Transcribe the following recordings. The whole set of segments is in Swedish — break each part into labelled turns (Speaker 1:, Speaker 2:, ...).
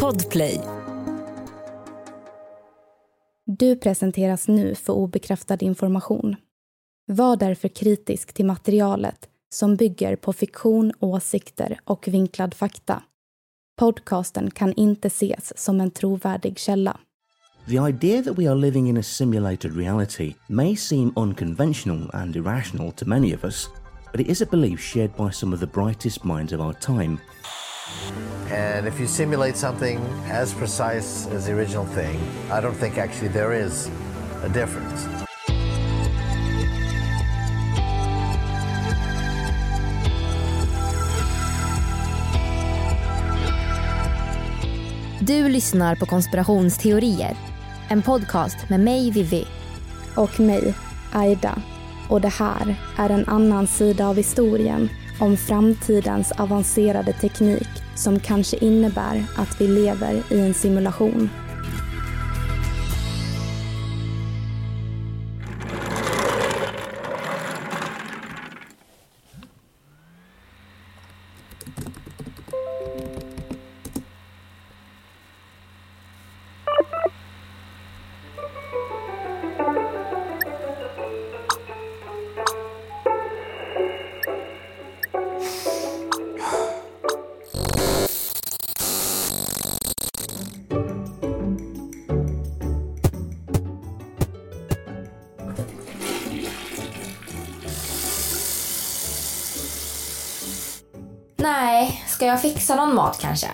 Speaker 1: Podplay.
Speaker 2: Du presenteras nu för obekräftad information. Var därför kritisk till materialet som bygger på fiktion, åsikter och vinklad fakta. Podcasten kan inte ses som en trovärdig källa.
Speaker 3: The idea that we are living in a simulated reality may seem unconventional and irrational to many of us, but it is a belief shared by some of the brightest minds of our time.
Speaker 4: And if you simulate something as precise as the original thing, I don't think actually there is a difference.
Speaker 5: Du lyssnar på Konspirationsteorier, en podcast med mig Vivi
Speaker 2: Och mig, Aida. Och det här är en annan sida av historien om framtidens avancerade teknik som kanske innebär att vi lever i en simulation.
Speaker 5: Nej, ska jag fixa någon mat kanske?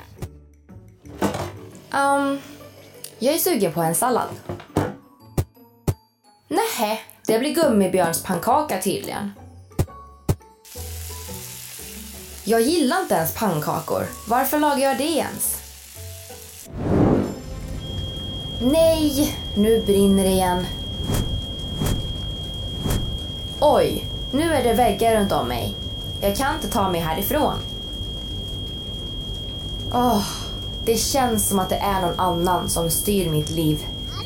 Speaker 5: Jag är sugen på en sallad. Nej, det blir gummibjörns pannkaka tydligen. Jag gillar inte ens pannkakor. Varför lagar jag det ens? Nej, nu brinner det igen. Oj, nu är det väggar runt om mig. Jag kan inte ta mig härifrån. Det känns som att det är någon annan som styr mitt liv.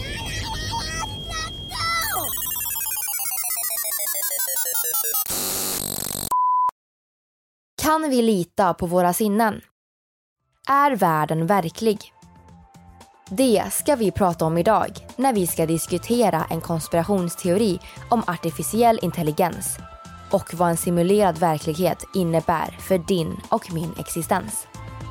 Speaker 5: Kan vi lita på våra sinnen? Är världen verklig? Det ska vi prata om idag när vi ska diskutera en konspirationsteori om artificiell intelligens och vad en simulerad verklighet innebär för din och min existens.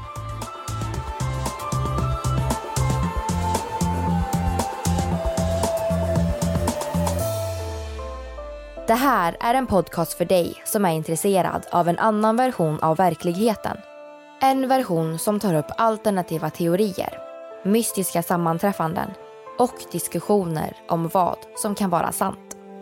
Speaker 5: Det här är en podcast för dig som är intresserad av en annan version av verkligheten. En version som tar upp alternativa teorier, mystiska sammanträffanden och diskussioner om vad som kan vara sant.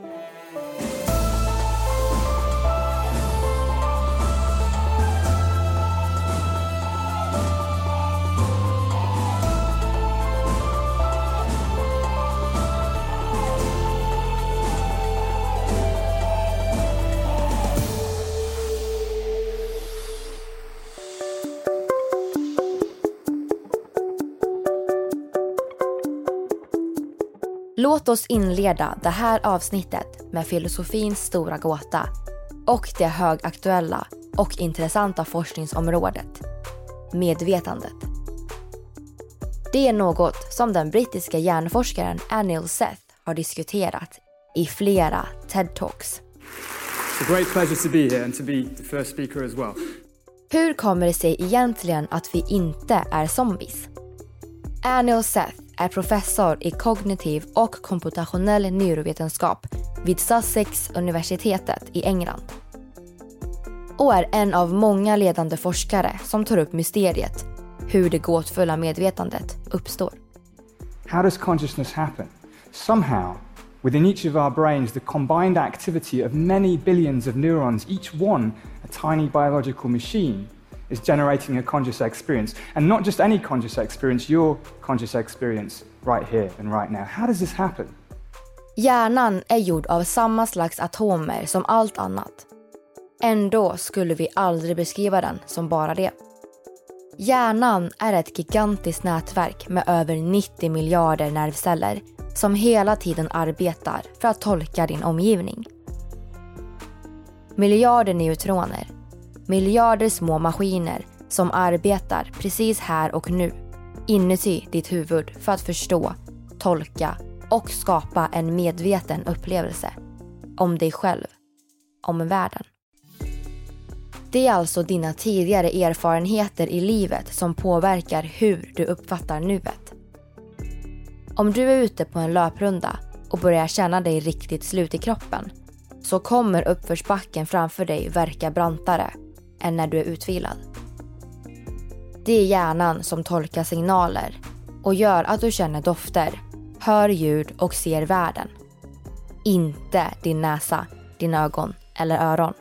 Speaker 5: Låt oss inleda det här avsnittet med filosofins stora gåta och det högaktuella och intressanta forskningsområdet, medvetandet. Det är något som den brittiska hjärnforskaren Anil Seth har diskuterat i flera TED-talks.
Speaker 6: It's a great pleasure to be here and to be the first speaker as well.
Speaker 5: Hur kommer det sig egentligen att vi inte är zombies? Anil Seth är professor i kognitiv och komputationell neurovetenskap vid Sussex-universitetet i England. Och är en av många ledande forskare som tar upp mysteriet hur det gåtfulla medvetandet uppstår.
Speaker 6: How does consciousness happen? Somehow, within each of our brains, the combined activity of many billions of neurons, each one a tiny biological machine, is generating a conscious experience. And not just any conscious experience, your conscious experience right here and right now. How does this happen?
Speaker 5: Hjärnan är gjord av samma slags atomer som allt annat. Ändå skulle vi aldrig beskriva den som bara det. Hjärnan är ett gigantiskt nätverk med över 90 miljarder nervceller som hela tiden arbetar för att tolka din omgivning. Miljarder neutroner, miljarder små maskiner som arbetar precis här och nu inuti ditt huvud för att förstå, tolka och skapa en medveten upplevelse om dig själv, om världen. Det är alltså dina tidigare erfarenheter i livet som påverkar hur du uppfattar nuet. Om du är ute på en löprunda och börjar känna dig riktigt slut i kroppen, så kommer uppförsbacken framför dig verka brantare än när du är utvilad. Det är hjärnan som tolkar signaler och gör att du känner dofter, hör ljud och ser världen. Inte din näsa, dina ögon eller öron.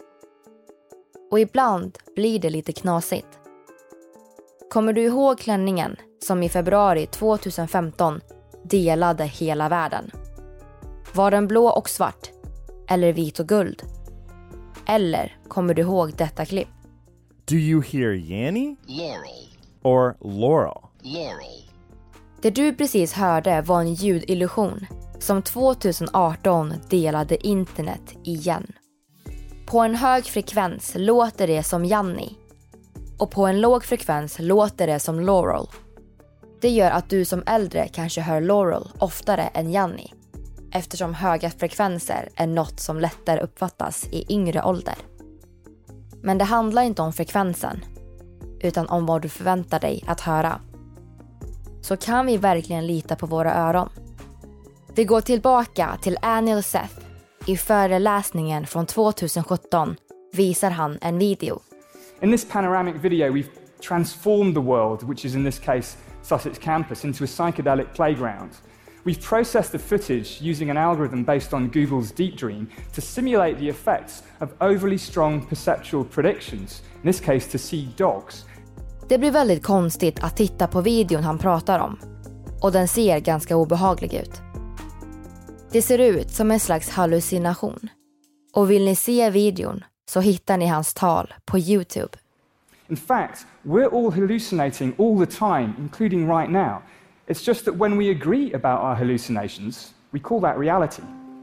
Speaker 5: Och ibland blir det lite knasigt. Kommer du ihåg klänningen som i februari 2015 delade hela världen? Var den blå och svart? Eller vit och guld? Eller kommer du ihåg detta klipp?
Speaker 1: Do you hear Yanny? Laurel. Or Laurel? Laurel.
Speaker 5: Det du precis hörde var en ljudillusion som 2018 delade internet igen. På en hög frekvens låter det som Yanny. Och på en låg frekvens låter det som Laurel. Det gör att du som äldre kanske hör Laurel oftare än Yanny. Eftersom höga frekvenser är något som lättare uppfattas i yngre ålder. Men det handlar inte om frekvensen, utan om vad du förväntar dig att höra. Så kan vi verkligen lita på våra öron? Vi går tillbaka till Anil Seth. I föreläsningen från 2017 visar han en video.
Speaker 6: In this panoramic video, we've transformed the world, which is in this case Sussex campus, into a psychedelic playground. We've processed the footage using an algorithm based on Google's Deep Dream to simulate the effects of overly strong perceptual predictions, in this case to see dogs.
Speaker 5: Det blir väldigt konstigt att titta på videon han pratar om. Och den ser ganska obehaglig ut. Det ser ut som en slags hallucination. Och vill ni se videon så hittar ni hans tal på YouTube.
Speaker 6: In fact, we're all hallucinating all the time, including right now. It's just that when we agree about our hallucinations, we call that reality.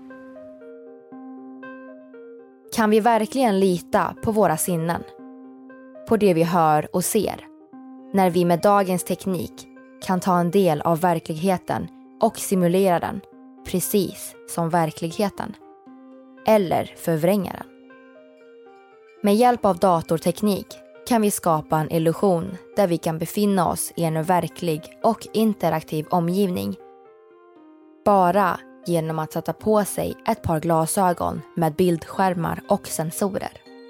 Speaker 5: Kan vi verkligen lita på våra sinnen? På det vi hör och ser? När vi med dagens teknik kan ta en del av verkligheten och simulera den, precis som verkligheten. Eller förvränga den. Med hjälp av datorteknik kan vi skapa en illusion där vi kan befinna oss i en verklig och interaktiv omgivning. Bara genom att sätta på sig ett par glasögon med bildskärmar och sensorer.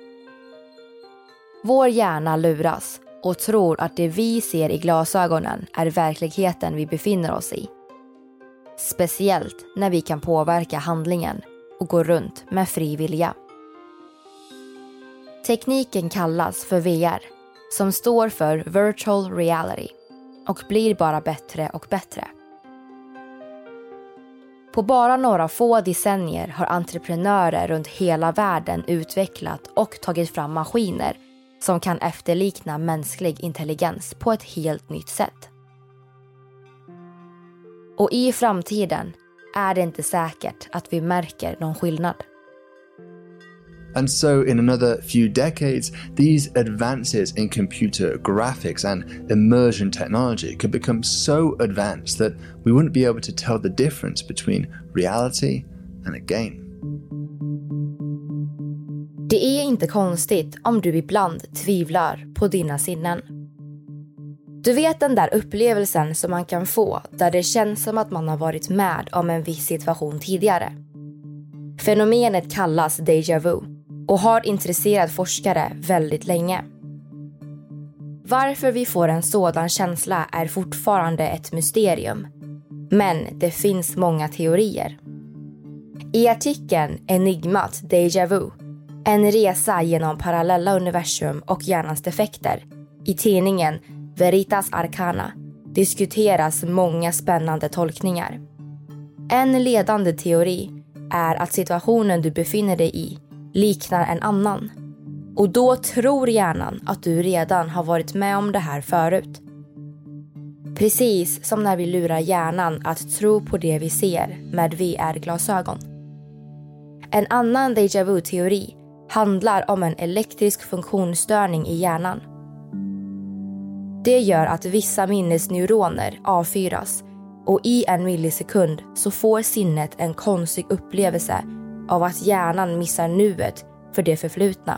Speaker 5: Vår hjärna luras och tror att det vi ser i glasögonen är verkligheten vi befinner oss i. Speciellt när vi kan påverka handlingen och gå runt med fri vilja. Tekniken kallas för VR, som står för Virtual Reality, och blir bara bättre och bättre. På bara några få decennier har entreprenörer runt hela världen utvecklat och tagit fram maskiner som kan efterlikna mänsklig intelligens på ett helt nytt sätt. Och i framtiden är det inte säkert att vi märker någon skillnad.
Speaker 7: And so in another few decades, these advances in computer graphics and immersion technology could become so advanced that we wouldn't be able to tell the difference between reality and a game.
Speaker 5: Det är inte konstigt om du ibland tvivlar på dina sinnen. Du vet den där upplevelsen som man kan få där det känns som att man har varit med om en viss situation tidigare. Fenomenet kallas déjà vu och har intresserat forskare väldigt länge. Varför vi får en sådan känsla är fortfarande ett mysterium. Men det finns många teorier. I artikeln Enigmat Déjà Vu, en resa genom parallella universum och hjärnans defekter, i tidningen Veritas Arcana diskuteras många spännande tolkningar. En ledande teori är att situationen du befinner dig i liknar en annan. Och då tror hjärnan att du redan har varit med om det här förut. Precis som när vi lurar hjärnan att tro på det vi ser med VR-glasögon. En annan déjà vu-teori handlar om en elektrisk funktionsstörning i hjärnan. Det gör att vissa minnesneuroner avfyras och i en millisekund så får sinnet en konstig upplevelse av att hjärnan missar nuet för det förflutna.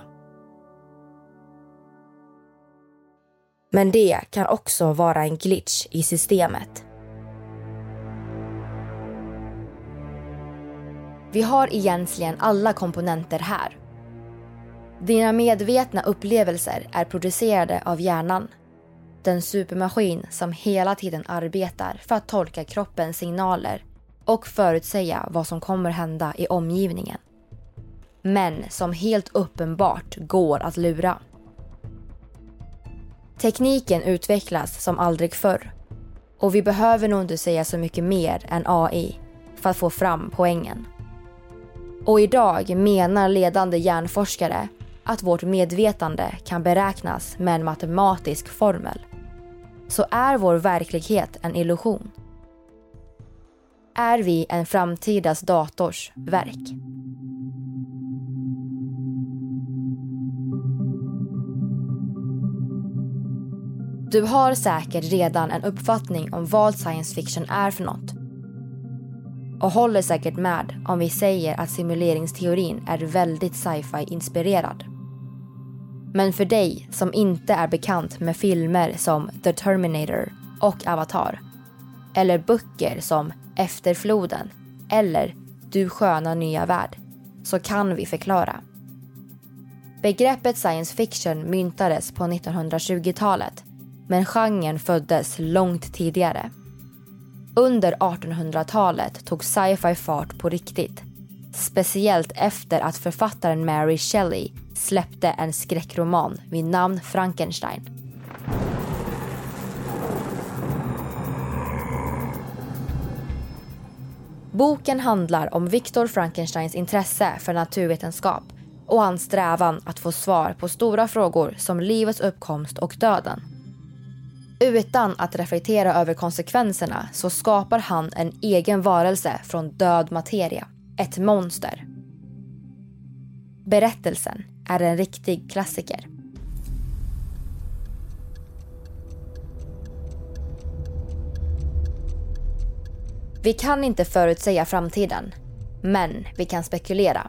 Speaker 5: Men det kan också vara en glitch i systemet. Vi har egentligen alla komponenter här. Dina medvetna upplevelser är producerade av hjärnan. Den supermaskin som hela tiden arbetar för att tolka kroppens signaler och förutsäga vad som kommer hända i omgivningen. Men som helt uppenbart går att lura. Tekniken utvecklas som aldrig förr. Och vi behöver nog inte säga så mycket mer än AI för att få fram poängen. Och idag menar ledande hjärnforskare att vårt medvetande kan beräknas med en matematisk formel. Så är vår verklighet en illusion? Är vi en framtidas dators verk? Du har säkert redan en uppfattning om vad science fiction är för något. Och håller säkert med om vi säger att simuleringsteorin är väldigt sci-fi inspirerad. Men för dig som inte är bekant med filmer som The Terminator och Avatar, eller böcker som Efter floden eller Du sköna nya värld, så kan vi förklara. Begreppet science fiction myntades på 1920-talet, men genren föddes långt tidigare. Under 1800-talet tog sci-fi fart på riktigt. Speciellt efter att författaren Mary Shelley släppte en skräckroman vid namn Frankenstein. Boken handlar om Victor Frankensteins intresse för naturvetenskap och hans strävan att få svar på stora frågor som livets uppkomst och döden. Utan att reflektera över konsekvenserna så skapar han en egen varelse från död materia, ett monster. Berättelsen är en riktig klassiker. Vi kan inte förutsäga framtiden, men vi kan spekulera.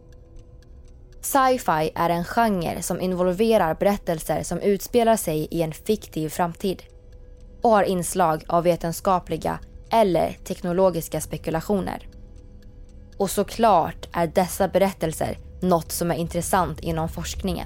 Speaker 5: Sci-fi är en genre som involverar berättelser som utspelar sig i en fiktiv framtid och har inslag av vetenskapliga eller teknologiska spekulationer. Och såklart är dessa berättelser något som är intressant inom forskningen.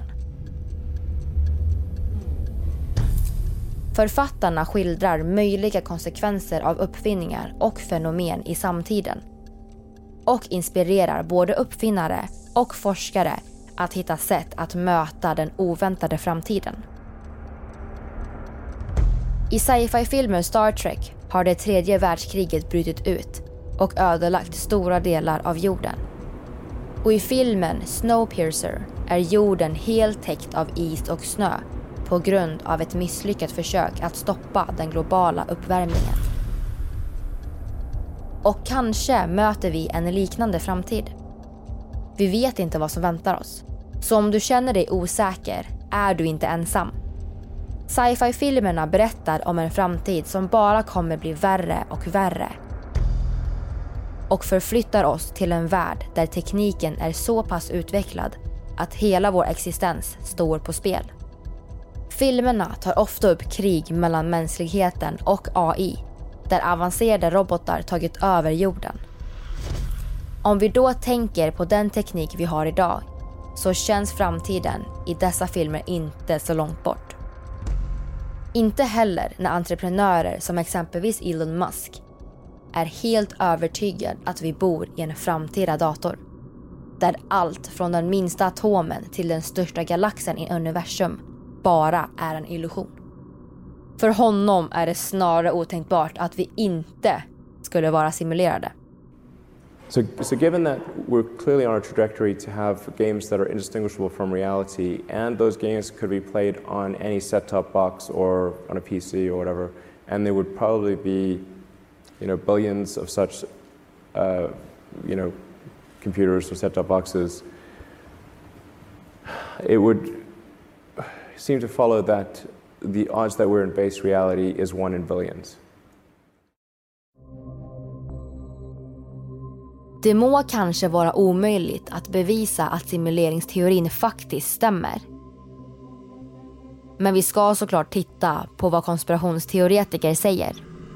Speaker 5: Författarna skildrar möjliga konsekvenser av uppfinningar och fenomen i samtiden och inspirerar både uppfinnare och forskare att hitta sätt att möta den oväntade framtiden. I sci-fi-filmen Star Trek har det 3:e världskriget brutit ut och ödelagt stora delar av jorden. Och i filmen Snowpiercer är jorden helt täckt av is och snö på grund av ett misslyckat försök att stoppa den globala uppvärmningen. Och kanske möter vi en liknande framtid. Vi vet inte vad som väntar oss. Så om du känner dig osäker är du inte ensam. Sci-fi-filmerna berättar om en framtid som bara kommer bli värre och värre. Och förflyttar oss till en värld där tekniken är så pass utvecklad att hela vår existens står på spel. Filmerna tar ofta upp krig mellan mänskligheten och AI, där avancerade robotar tagit över jorden. Om vi då tänker på den teknik vi har idag, så känns framtiden i dessa filmer inte så långt bort. Inte heller när entreprenörer som exempelvis Elon Musk är helt övertygad att vi bor i en framtida dator. Där allt från den minsta atomen till den största galaxen i universum bara är en illusion. För honom är det snarare otänkbart att vi inte skulle vara simulerade.
Speaker 8: So given that we're clearly on a trajectory to have games that are indistinguishable from reality, and those games could be played on any set-top box or on a PC or whatever, and there would probably be, billions of such, computers or set-top boxes, it would seem to follow that the odds that we're in base reality is 1 in billions.
Speaker 5: Det må kanske vara omöjligt att bevisa att simuleringsteorin faktiskt stämmer. Men vi ska såklart titta på vad konspirationsteoretiker säger.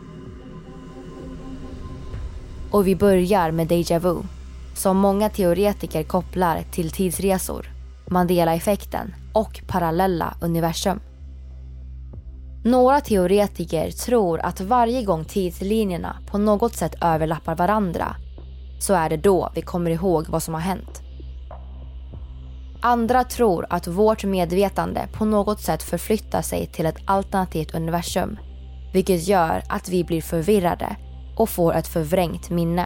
Speaker 5: Och vi börjar med déjà vu, som många teoretiker kopplar till tidsresor, Mandela-effekten och parallella universum. Några teoretiker tror att varje gång tidslinjerna på något sätt överlappar varandra så är det då vi kommer ihåg vad som har hänt. Andra tror att vårt medvetande på något sätt förflyttar sig till ett alternativt universum, vilket gör att vi blir förvirrade och får ett förvrängt minne.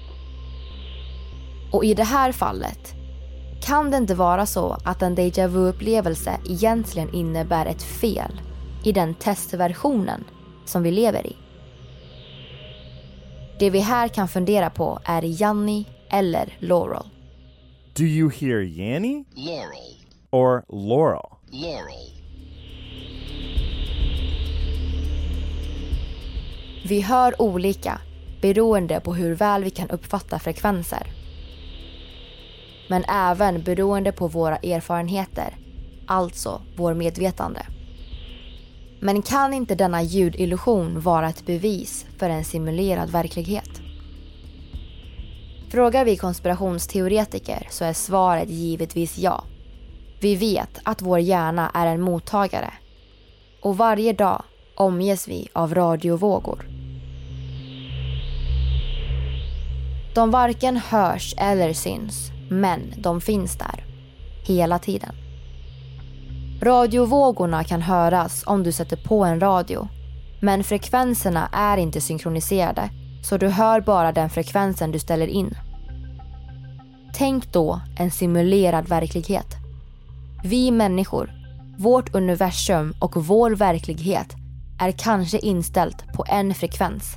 Speaker 5: Och i det här fallet kan det inte vara så att en déjà vu-upplevelse egentligen innebär ett fel i den testversionen som vi lever i. Det vi här kan fundera på är Janni eller Laurel.
Speaker 1: Do you hear Yanni?
Speaker 9: Laurel.
Speaker 1: Or Laurel?
Speaker 9: Laurel.
Speaker 5: Vi hör olika beroende på hur väl vi kan uppfatta frekvenser. Men även beroende på våra erfarenheter, alltså vår medvetande. Men kan inte denna ljudillusion vara ett bevis för en simulerad verklighet? Frågar vi konspirationsteoretiker så är svaret givetvis ja. Vi vet att vår hjärna är en mottagare. Och varje dag omges vi av radiovågor. De varken hörs eller syns, men de finns där. Hela tiden. Radiovågorna kan höras om du sätter på en radio. Men frekvenserna är inte synkroniserade, så du hör bara den frekvensen du ställer in. Tänk då en simulerad verklighet. Vi människor, vårt universum och vår verklighet är kanske inställt på en frekvens.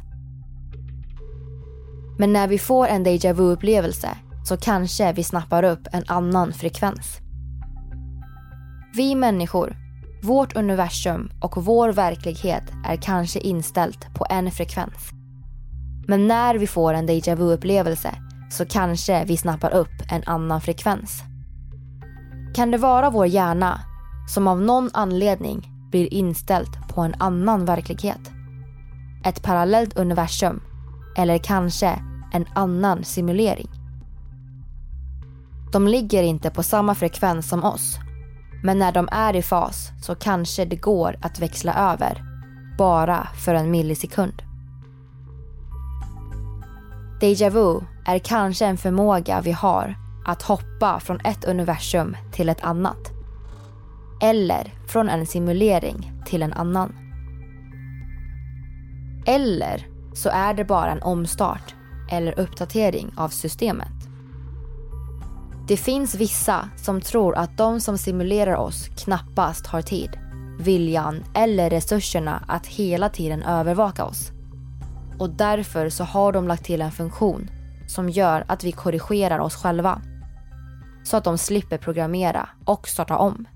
Speaker 5: Men när vi får en déjà vu-upplevelse så kanske vi snappar upp en annan frekvens. Vi människor, vårt universum och vår verklighet är kanske inställt på en frekvens. Men när vi får en déjà vu-upplevelse så kanske vi snappar upp en annan frekvens. Kan det vara vår hjärna som av någon anledning blir inställt på en annan verklighet? Ett parallellt universum eller kanske en annan simulering? De ligger inte på samma frekvens som oss. Men när de är i fas så kanske det går att växla över, bara för en millisekund. Déjà vu är kanske en förmåga vi har att hoppa från ett universum till ett annat. Eller från en simulering till en annan. Eller så är det bara en omstart eller uppdatering av systemet. Det finns vissa som tror att de som simulerar oss knappast har tid, viljan eller resurserna att hela tiden övervaka oss. Och därför så har de lagt till en funktion som gör att vi korrigerar oss själva. Så att de slipper programmera och starta om.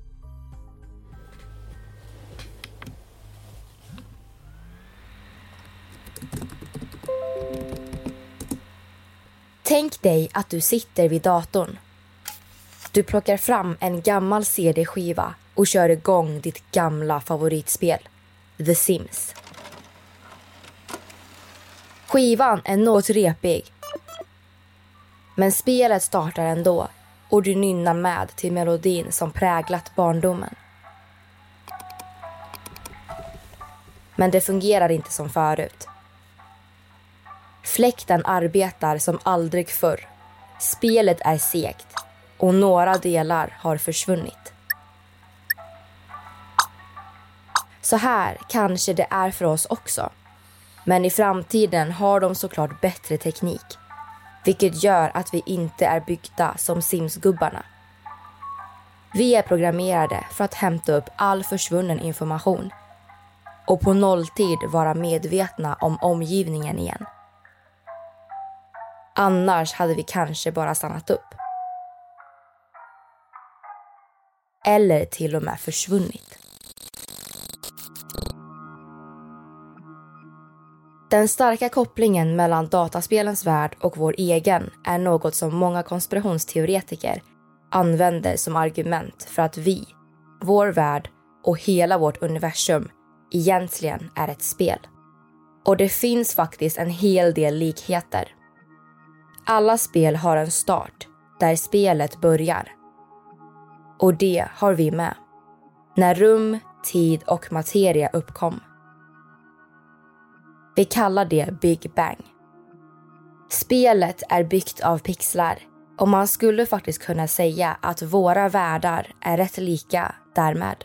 Speaker 5: Tänk dig att du sitter vid datorn. Du plockar fram en gammal CD-skiva och kör igång ditt gamla favoritspel, The Sims. Skivan är något repig. Men spelet startar ändå och du nynnar med till melodin som präglat barndomen. Men det fungerar inte som förut. Fläkten arbetar som aldrig förr. Spelet är segt och några delar har försvunnit. Så här kanske det är för oss också. Men i framtiden har de såklart bättre teknik. Vilket gör att vi inte är byggda som Sims-gubbarna. Vi är programmerade för att hämta upp all försvunnen information. Och på nolltid vara medvetna om omgivningen igen. Annars hade vi kanske bara stannat upp. Eller till och med försvunnit. Den starka kopplingen mellan dataspelens värld och vår egen är något som många konspirationsteoretiker använder som argument för att vi, vår värld och hela vårt universum egentligen är ett spel. Och det finns faktiskt en hel del likheter. Alla spel har en start där spelet börjar. Och det har vi med. När rum, tid och materia uppkom. Vi kallar det Big Bang. Spelet är byggt av pixlar och man skulle faktiskt kunna säga att våra världar är rätt lika därmed.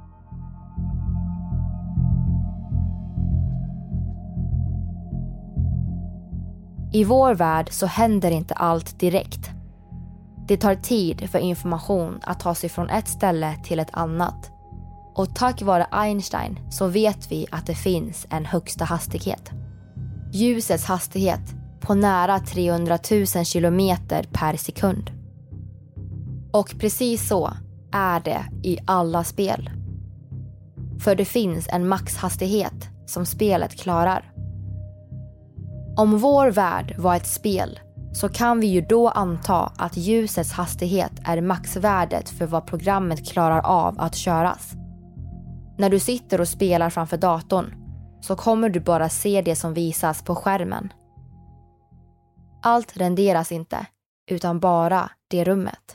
Speaker 5: I vår värld så händer inte allt direkt. Det tar tid för information att ta sig från ett ställe till ett annat. Och tack vare Einstein så vet vi att det finns en högsta hastighet. Ljusets hastighet på nära 300 000 kilometer per sekund. Och precis så är det i alla spel. För det finns en maxhastighet som spelet klarar. Om vår värld var ett spel så kan vi ju då anta att ljusets hastighet är maxvärdet för vad programmet klarar av att köras. När du sitter och spelar framför datorn så kommer du bara se det som visas på skärmen. Allt renderas inte, utan bara det rummet.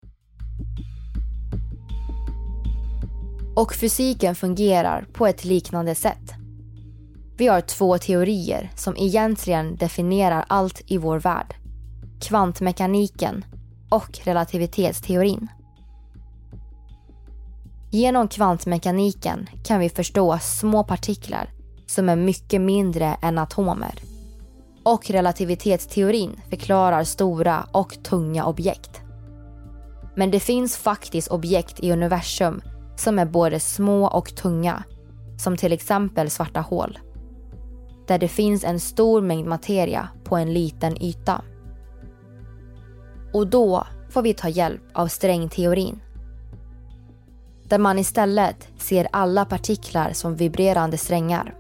Speaker 5: Och fysiken fungerar på ett liknande sätt. Vi har 2 teorier som egentligen definierar allt i vår värld. Kvantmekaniken och relativitetsteorin. Genom kvantmekaniken kan vi förstå små partiklar som är mycket mindre än atomer. Och relativitetsteorin förklarar stora och tunga objekt. Men det finns faktiskt objekt i universum som är både små och tunga, som till exempel svarta hål. Där det finns en stor mängd materia på en liten yta. Och då får vi ta hjälp av strängteorin. Där man istället ser alla partiklar som vibrerande strängar.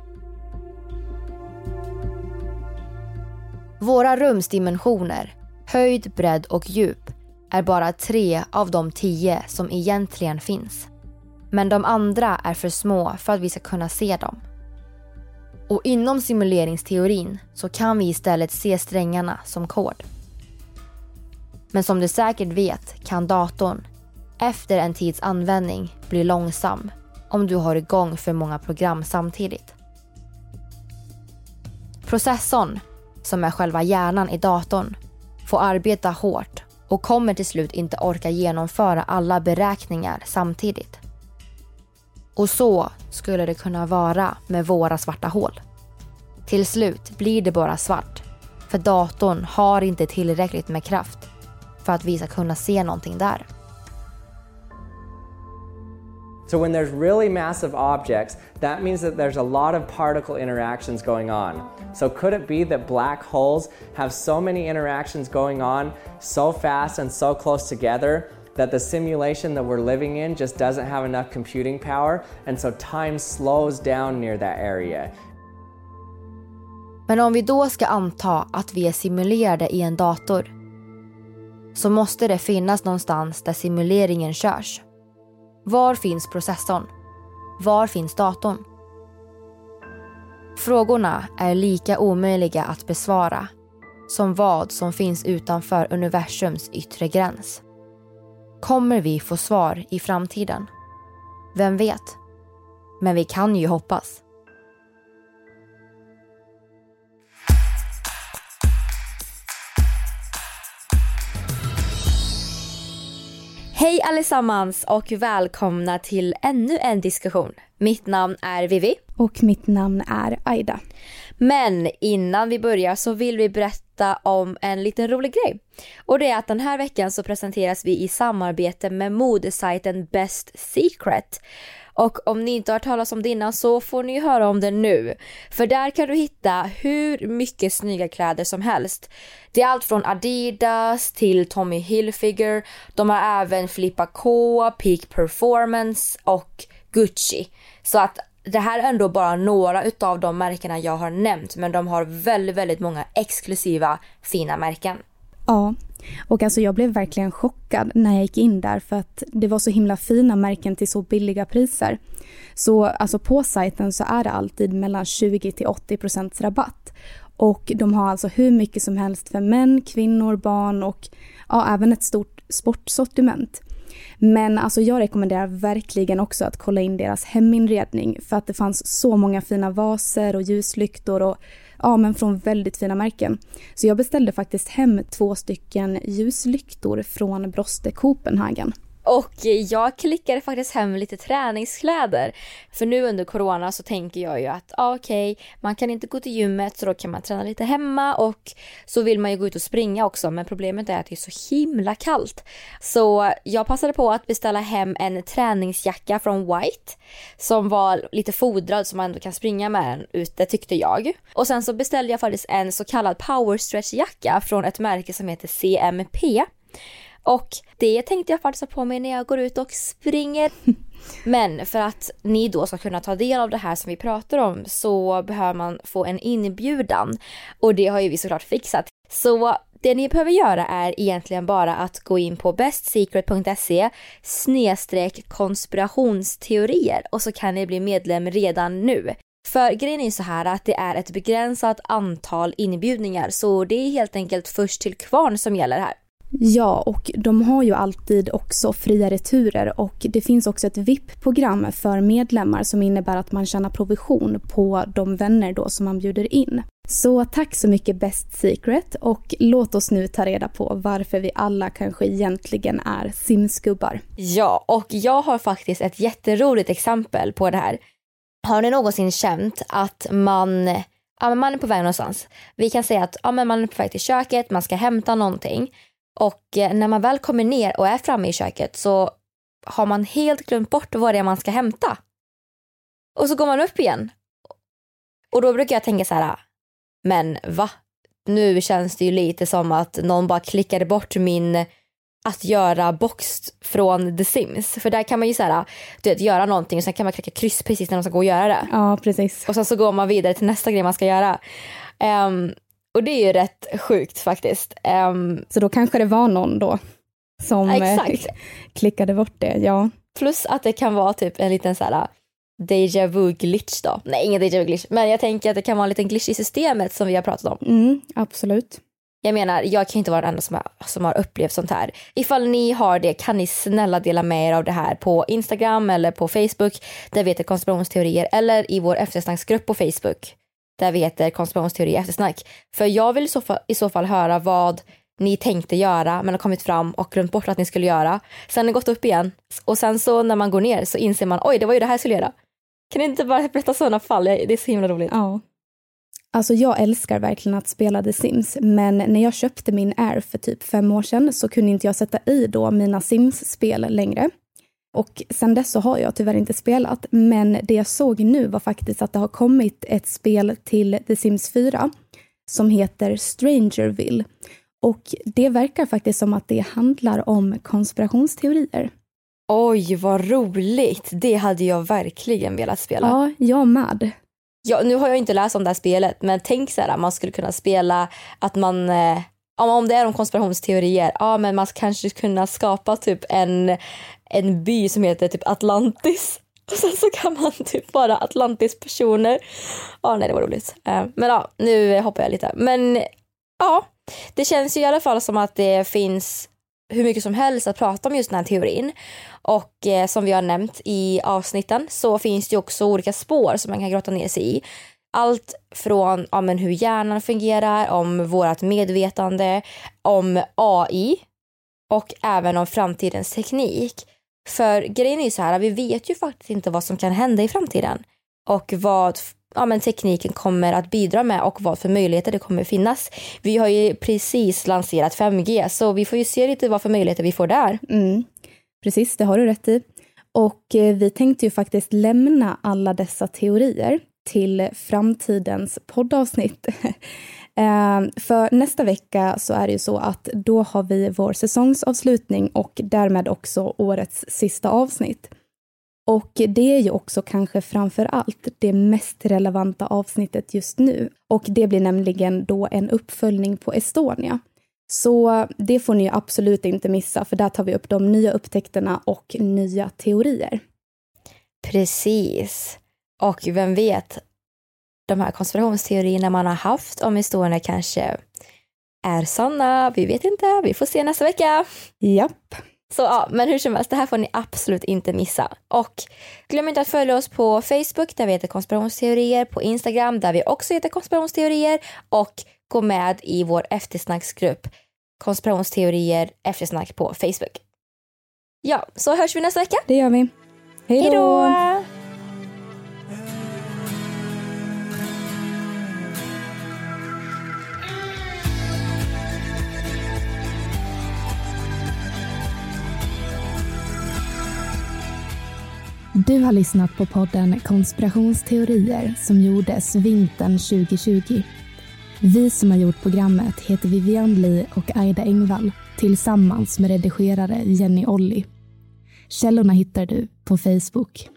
Speaker 5: Våra rumsdimensioner, höjd, bredd och djup är bara 3 av de 10 som egentligen finns. Men de andra är för små för att vi ska kunna se dem. Och inom simuleringsteorin så kan vi istället se strängarna som kod. Men som du säkert vet kan datorn efter en tids användning bli långsam om du har igång för många program samtidigt. Processorn, som är själva hjärnan i datorn, får arbeta hårt och kommer till slut inte orka genomföra alla beräkningar samtidigt. Och så skulle det kunna vara med våra svarta hål. Till slut blir det bara svart, för datorn har inte tillräckligt med kraft för att vi ska kunna se någonting där.
Speaker 9: So when there's really massive objects, that means that there's a lot of particle interactions going on. So could it be that black holes have so many interactions going on so fast and so close together that the simulation that we're living in just doesn't have enough computing power, and so time slows down near that area?
Speaker 5: Men om vi då ska anta att vi är simulerade i en dator, så måste det finnas någonstans där simuleringen körs. Var finns processorn? Var finns datorn? Frågorna är lika omöjliga att besvara som vad som finns utanför universums yttre gräns. Kommer vi få svar i framtiden? Vem vet? Men vi kan ju hoppas. Hej allesammans och välkomna till ännu en diskussion. Mitt namn är Vivi.
Speaker 2: Och mitt namn är Aida.
Speaker 5: Men innan vi börjar så vill vi berätta om en liten rolig grej. Och det är att den här veckan så presenteras vi i samarbete med modesajten Best Secret. Och om ni inte har hört talas om det innan så får ni höra om det nu. För där kan du hitta hur mycket snygga kläder som helst. Det är allt från Adidas till Tommy Hilfiger. De har även Filippa K, Peak Performance och Gucci. Så att det här är ändå bara några utav de märkena jag har nämnt, men de har väldigt, väldigt många exklusiva fina märken.
Speaker 2: Ja, och alltså jag blev verkligen chockad när jag gick in där för att det var så himla fina märken till så billiga priser. Så alltså på sajten så är det alltid mellan 20-80% rabatt. Och de har alltså hur mycket som helst för män, kvinnor, barn och ja, även ett stort sportsortiment. Men alltså jag rekommenderar verkligen också att kolla in deras heminredning för att det fanns så många fina vaser och ljuslyktor och ja, men från väldigt fina märken. Så jag beställde faktiskt hem 2 stycken ljuslyktor från Broste Copenhagen.
Speaker 5: Och jag klickade faktiskt hem lite träningskläder. För nu under corona så tänker jag ju att okej, man kan inte gå till gymmet så då kan man träna lite hemma. Och så vill man ju gå ut och springa också. Men problemet är att det är så himla kallt. Så jag passade på att beställa hem en träningsjacka från White. Som var lite fodrad så man ändå kan springa med den ute, tyckte jag. Och sen så beställde jag faktiskt en så kallad power stretch jacka från ett märke som heter CMP. Och det tänkte jag faktiskt ha på mig när jag går ut och springer. Men för att ni då ska kunna ta del av det här som vi pratar om så behöver man få en inbjudan. Och det har ju vi såklart fixat. Så det ni behöver göra är egentligen bara att gå in på bestsecret.se/konspirationsteorier och så kan ni bli medlem redan nu. För grejen är så här att det är ett begränsat antal inbjudningar så det är helt enkelt först till kvarn som gäller här.
Speaker 2: Ja, och de har ju alltid också fria returer och det finns också ett VIP-program för medlemmar som innebär att man tjänar provision på de vänner då som man bjuder in. Så tack så mycket Best Secret och låt oss nu ta reda på varför vi alla kanske egentligen är simskubbar.
Speaker 5: Ja, och jag har faktiskt ett jätteroligt exempel på det här. Har ni någonsin känt att man är på väg någonstans? Vi kan säga att man är på väg till köket, man ska hämta någonting. Och när man väl kommer ner och är framme i köket så har man helt glömt bort vad det är man ska hämta. Och så går man upp igen. Och då brukar jag tänka så här, men va? Nu känns det ju lite som att någon bara klickade bort min att göra box från The Sims. För där kan man ju så här, göra någonting och sen kan man klicka kryss precis när man ska gå och göra det.
Speaker 2: Ja, precis.
Speaker 5: Och sen så går man vidare till nästa grej man ska göra. Och det är ju rätt sjukt faktiskt.
Speaker 2: Så då kanske det var någon då som klickade bort det, ja.
Speaker 5: Plus att det kan vara typ en liten så här déjà vu glitch då. Nej, ingen déjà vu glitch. Men jag tänker att det kan vara en liten glitch i systemet som vi har pratat om.
Speaker 2: Absolut.
Speaker 5: Jag menar, jag kan inte vara den enda som har upplevt sånt här. Ifall ni har det kan ni snälla dela med er av det här på Instagram eller på Facebook. Där vi heter konspirationsteorier. Eller i vår eftersnacksgrupp på Facebook. Där vi heter konspirationsteori eftersnack. För jag vill i så fall höra vad ni tänkte göra men har kommit fram och glömt bort att ni skulle göra. Sen har ni gått upp igen. Och sen så när man går ner så inser man, oj det var ju det här jag skulle göra. Kan ni inte bara berätta sådana fall? Det är så himla roligt.
Speaker 2: Ja. Alltså jag älskar verkligen att spela The Sims. Men när jag köpte min Air för typ 5 år sedan så kunde inte jag sätta i då mina Sims-spel längre. Och sen dess så har jag tyvärr inte spelat. Men det jag såg nu var faktiskt att det har kommit ett spel till The Sims 4 som heter Strangerville. Och det verkar faktiskt som att det handlar om konspirationsteorier.
Speaker 5: Oj, vad roligt. Det hade jag verkligen velat spela.
Speaker 2: Ja, jag med.
Speaker 5: Ja, nu har jag inte läst om det här spelet, men tänk så här, man skulle kunna spela att man... om det är om konspirationsteorier, men man kanske kunna skapa typ en by som heter typ Atlantis. Och sen så kan man typ vara Atlantis-personer. Nej, det var roligt. Men nu hoppar jag lite. Men det känns ju i alla fall som att det finns hur mycket som helst att prata om just den här teorin. Och som vi har nämnt i avsnitten så finns det också olika spår som man kan grotta ner sig i. Allt från hur hjärnan fungerar, om vårt medvetande, om AI och även om framtidens teknik. För grejen är ju så här, vi vet ju faktiskt inte vad som kan hända i framtiden. Och vad tekniken kommer att bidra med och vad för möjligheter det kommer finnas. Vi har ju precis lanserat 5G så vi får ju se lite vad för möjligheter vi får där.
Speaker 2: Precis, det har du rätt i. Och vi tänkte ju faktiskt lämna alla dessa teorier till framtidens poddavsnitt. För nästa vecka så är det ju så att då har vi vår säsongsavslutning och därmed också årets sista avsnitt. Och det är ju också kanske framför allt det mest relevanta avsnittet just nu. Och det blir nämligen då en uppföljning på Estonia. Så det får ni absolut inte missa, för där tar vi upp de nya upptäckterna och nya teorier.
Speaker 5: Precis. Och vem vet, de här konspirationsteorierna man har haft om Estonia kanske är sanna. Vi vet inte, vi får se nästa vecka.
Speaker 2: Japp.
Speaker 5: Så ja, men hur som helst, det här får ni absolut inte missa. Och glöm inte att följa oss på Facebook där vi heter konspirationsteorier, på Instagram där vi också heter konspirationsteorier, och gå med i vår eftersnacksgrupp konspirationsteorier eftersnack på Facebook. Ja, så hörs vi nästa vecka.
Speaker 2: Det gör vi. Hej då! Du har lyssnat på podden Konspirationsteorier som gjordes vintern 2020. Vi som har gjort programmet heter Vivian Lee och Aida Engvall tillsammans med redigerare Jenny Olli. Källorna hittar du på Facebook.